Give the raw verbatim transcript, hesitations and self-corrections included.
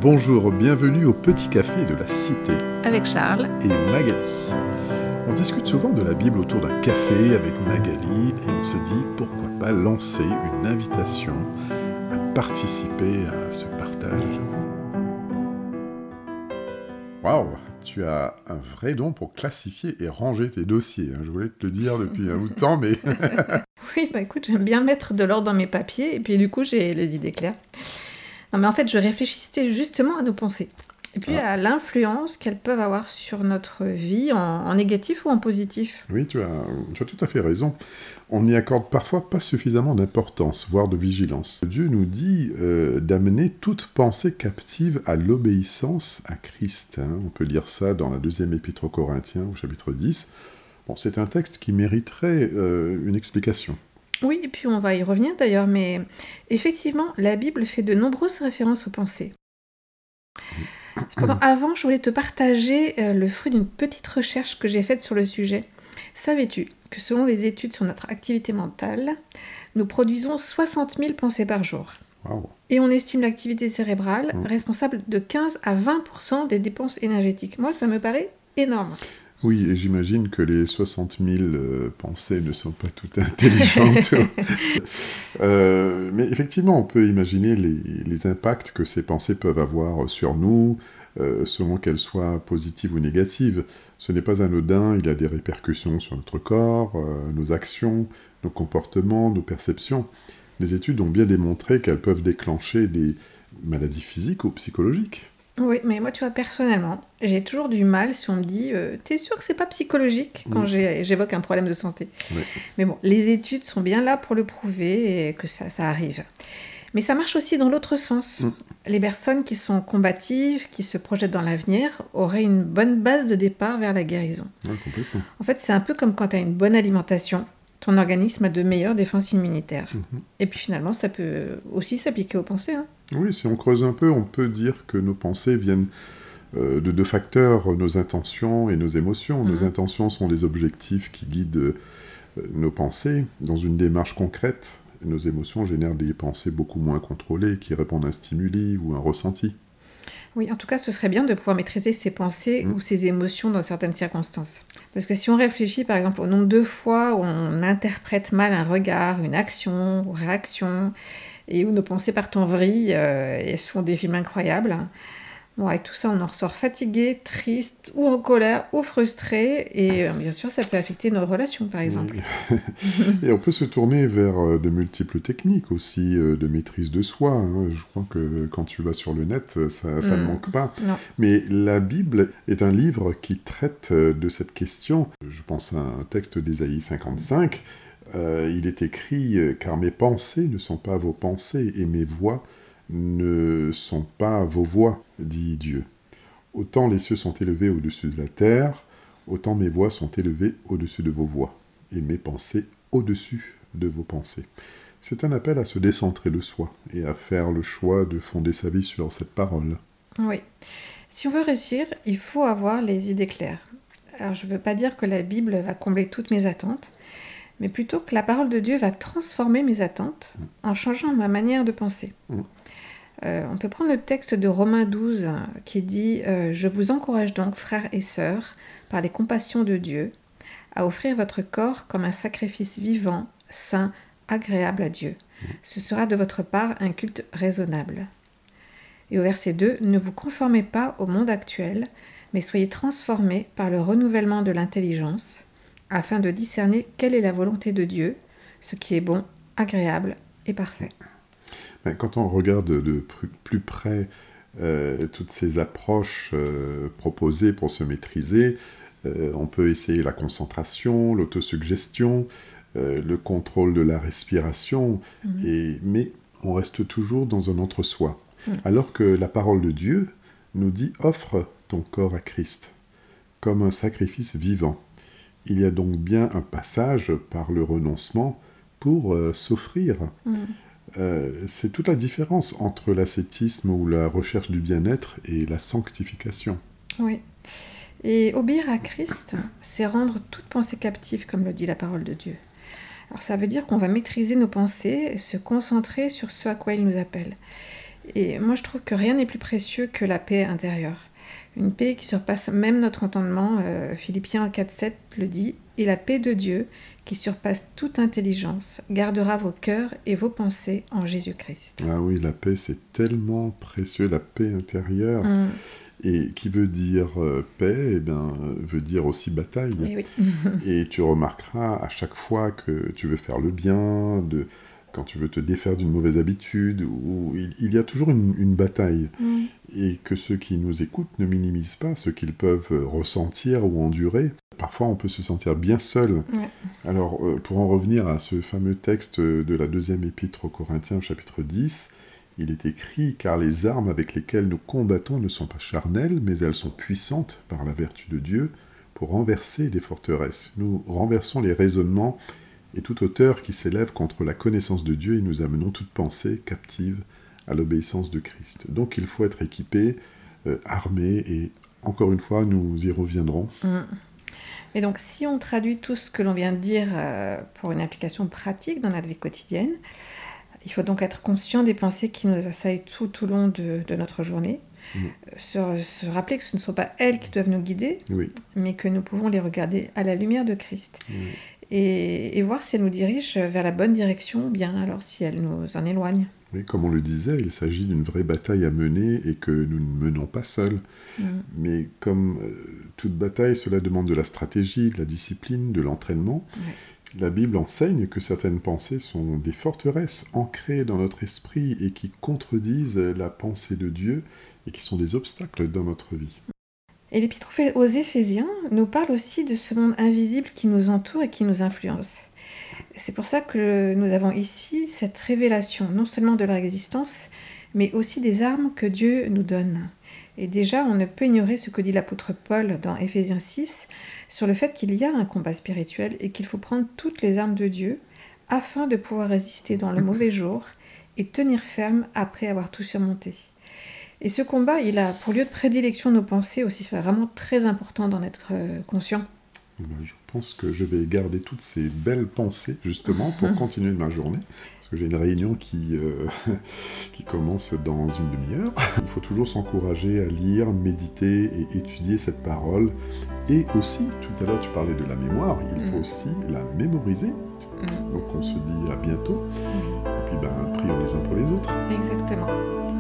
Bonjour, bienvenue au Petit Café de la Cité. Avec Charles et Magali. On discute souvent de la Bible autour d'un café avec Magali et on s'est dit pourquoi pas lancer une invitation à participer à ce partage. Waouh, tu as un vrai don pour classifier et ranger tes dossiers. Je voulais te le dire depuis un bout de temps, mais... Oui, bah écoute, j'aime bien mettre de l'ordre dans mes papiers et puis du coup, j'ai les idées claires. Non, mais en fait, je réfléchissais justement à nos pensées. Et puis ah. à l'influence qu'elles peuvent avoir sur notre vie, en, en négatif ou en positif. Oui, tu as, tu as tout à fait raison. On n'y accorde parfois pas suffisamment d'importance, voire de vigilance. Dieu nous dit euh, d'amener toute pensée captive à l'obéissance à Christ. Hein. On peut lire ça dans la deuxième épître aux Corinthiens, au chapitre dix. Bon, c'est un texte qui mériterait euh, une explication. Oui, et puis on va y revenir d'ailleurs, mais effectivement, la Bible fait de nombreuses références aux pensées. Cependant, avant, je voulais te partager euh, le fruit d'une petite recherche que j'ai faite sur le sujet. Savais-tu que selon les études sur notre activité mentale, nous produisons soixante mille pensées par jour. Wow. Et on estime l'activité cérébrale mmh. responsable de quinze à vingt pour cent des dépenses énergétiques. Moi, ça me paraît énorme. Oui, et j'imagine que les soixante mille euh, pensées ne sont pas toutes intelligentes. euh, mais effectivement, on peut imaginer les, les impacts que ces pensées peuvent avoir sur nous, euh, selon qu'elles soient positives ou négatives. Ce n'est pas anodin, il y a des répercussions sur notre corps, euh, nos actions, nos comportements, nos perceptions. Les études ont bien démontré qu'elles peuvent déclencher des maladies physiques ou psychologiques. Oui, mais moi, tu vois, personnellement, j'ai toujours du mal si on me dit euh, « T'es sûr que c'est pas psychologique ?» quand mmh. j'ai, j'évoque un problème de santé. Oui. Mais bon, les études sont bien là pour le prouver et que ça, ça arrive. Mais ça marche aussi dans l'autre sens. Mmh. Les personnes qui sont combatives, qui se projettent dans l'avenir, auraient une bonne base de départ vers la guérison. Ouais, complètement. En fait, c'est un peu comme quand tu as une bonne alimentation, ton organisme a de meilleures défenses immunitaires. Mmh. Et puis finalement, ça peut aussi s'appliquer aux pensées. Hein. Oui, si on creuse un peu, on peut dire que nos pensées viennent euh, de deux facteurs, nos intentions et nos émotions. Mmh. Nos intentions sont les objectifs qui guident euh, nos pensées dans une démarche concrète. Nos émotions génèrent des pensées beaucoup moins contrôlées, qui répondent à un stimuli ou un ressenti. Oui, en tout cas, ce serait bien de pouvoir maîtriser ses pensées mmh. ou ses émotions dans certaines circonstances. Parce que si on réfléchit, par exemple, au nombre de fois où on interprète mal un regard, une action ou réaction, et où nos pensées partent en vrille euh, et se font des films incroyables, bon, avec tout ça, on en ressort fatigué, triste, ou en colère, ou frustré, et euh, bien sûr, ça peut affecter nos relations, par exemple. Oui. Et on peut se tourner vers euh, de multiples techniques aussi, euh, de maîtrise de soi. Hein. Je crois que quand tu vas sur le net, ça, ça mmh. ne manque pas. Non. Mais la Bible est un livre qui traite euh, de cette question. Je pense à un texte d'Ésaïe cinquante-cinq. Euh, il est écrit euh, « Car mes pensées ne sont pas vos pensées, et mes voix ne sont pas vos voix, dit Dieu. Autant les cieux sont élevés au-dessus de la terre, autant mes voix sont élevées au-dessus de vos voix, et mes pensées au-dessus de vos pensées. » C'est un appel à se décentrer de soi, et à faire le choix de fonder sa vie sur cette parole. Oui. Si on veut réussir, il faut avoir les idées claires. Alors, je ne veux pas dire que la Bible va combler toutes mes attentes, mais plutôt que la parole de Dieu va transformer mes attentes mmh. en changeant ma manière de penser. Mmh. Euh, on peut prendre le texte de Romains douze qui dit euh, « Je vous encourage donc, frères et sœurs, par les compassions de Dieu, à offrir votre corps comme un sacrifice vivant, saint, agréable à Dieu. Mmh. Ce sera de votre part un culte raisonnable. » Et au verset deux, « Ne vous conformez pas au monde actuel, mais soyez transformés par le renouvellement de l'intelligence, afin de discerner quelle est la volonté de Dieu, ce qui est bon, agréable et parfait. » Quand on regarde de plus près euh, toutes ces approches euh, proposées pour se maîtriser, euh, on peut essayer la concentration, l'autosuggestion, euh, le contrôle de la respiration, mmh. et, mais on reste toujours dans un entre-soi. Mmh. Alors que la parole de Dieu nous dit « Offre ton corps à Christ, comme un sacrifice vivant ». Il y a donc bien un passage par le renoncement pour euh, s'offrir. Mmh. Euh, c'est toute la différence entre l'ascétisme ou la recherche du bien-être et la sanctification. Oui. Et obéir à Christ, c'est rendre toute pensée captive, comme le dit la parole de Dieu. Alors ça veut dire qu'on va maîtriser nos pensées, se concentrer sur ce à quoi il nous appelle. Et moi, je trouve que rien n'est plus précieux que la paix intérieure. Une paix qui surpasse même notre entendement. Euh, Philippiens quatre sept le dit. « Et la paix de Dieu, qui surpasse toute intelligence, gardera vos cœurs et vos pensées en Jésus-Christ. » Ah oui, la paix, c'est tellement précieux, la paix intérieure. Mm. Et qui veut dire euh, paix, eh bien, euh, veut dire aussi bataille. Oui, oui. Et tu remarqueras à chaque fois que tu veux faire le bien, de, quand tu veux te défaire d'une mauvaise habitude, où il, il y a toujours une, une bataille. Mm. Et que ceux qui nous écoutent ne minimisent pas ce qu'ils peuvent ressentir ou endurer. Parfois, on peut se sentir bien seul. Ouais. Alors, euh, pour en revenir à ce fameux texte de la deuxième épître aux Corinthiens, chapitre dix, il est écrit « Car les armes avec lesquelles nous combattons ne sont pas charnelles, mais elles sont puissantes par la vertu de Dieu pour renverser les forteresses. Nous renversons les raisonnements et toute hauteur qui s'élève contre la connaissance de Dieu et nous amenons toute pensée captive à l'obéissance de Christ. » Donc il faut être équipé, euh, armé, et encore une fois, nous y reviendrons. Mm. Et donc, si on traduit tout ce que l'on vient de dire euh, pour une application pratique dans notre vie quotidienne, il faut donc être conscient des pensées qui nous assaillent tout au long de, de notre journée, Mm. se, se rappeler que ce ne sont pas elles qui doivent nous guider, Oui. mais que nous pouvons les regarder à la lumière de Christ. Oui. Et, et voir si elles nous dirigent vers la bonne direction ou bien alors si elles nous en éloignent. Oui, comme on le disait, il s'agit d'une vraie bataille à mener et que nous ne menons pas seuls. Mm. Mais comme euh, toute bataille, cela demande de la stratégie, de la discipline, de l'entraînement. Ouais. La Bible enseigne que certaines pensées sont des forteresses ancrées dans notre esprit et qui contredisent la pensée de Dieu et qui sont des obstacles dans notre vie. Et l'Épître aux Éphésiens nous parle aussi de ce monde invisible qui nous entoure et qui nous influence. C'est pour ça que nous avons ici cette révélation, non seulement de leur existence, mais aussi des armes que Dieu nous donne. Et déjà, on ne peut ignorer ce que dit l'apôtre Paul dans Éphésiens six, sur le fait qu'il y a un combat spirituel et qu'il faut prendre toutes les armes de Dieu afin de pouvoir résister dans le mauvais jour et tenir ferme après avoir tout surmonté. Et ce combat, il a pour lieu de prédilection nos pensées aussi, c'est vraiment très important d'en être conscient. Je pense que je vais garder toutes ces belles pensées, justement, pour continuer ma journée. Parce que j'ai une réunion qui, euh, qui commence dans une demi-heure. Il faut toujours s'encourager à lire, méditer et étudier cette parole. Et aussi, tout à l'heure, tu parlais de la mémoire, il faut aussi la mémoriser. Donc on se dit à bientôt. Et puis, ben, prions les uns pour les autres. Exactement.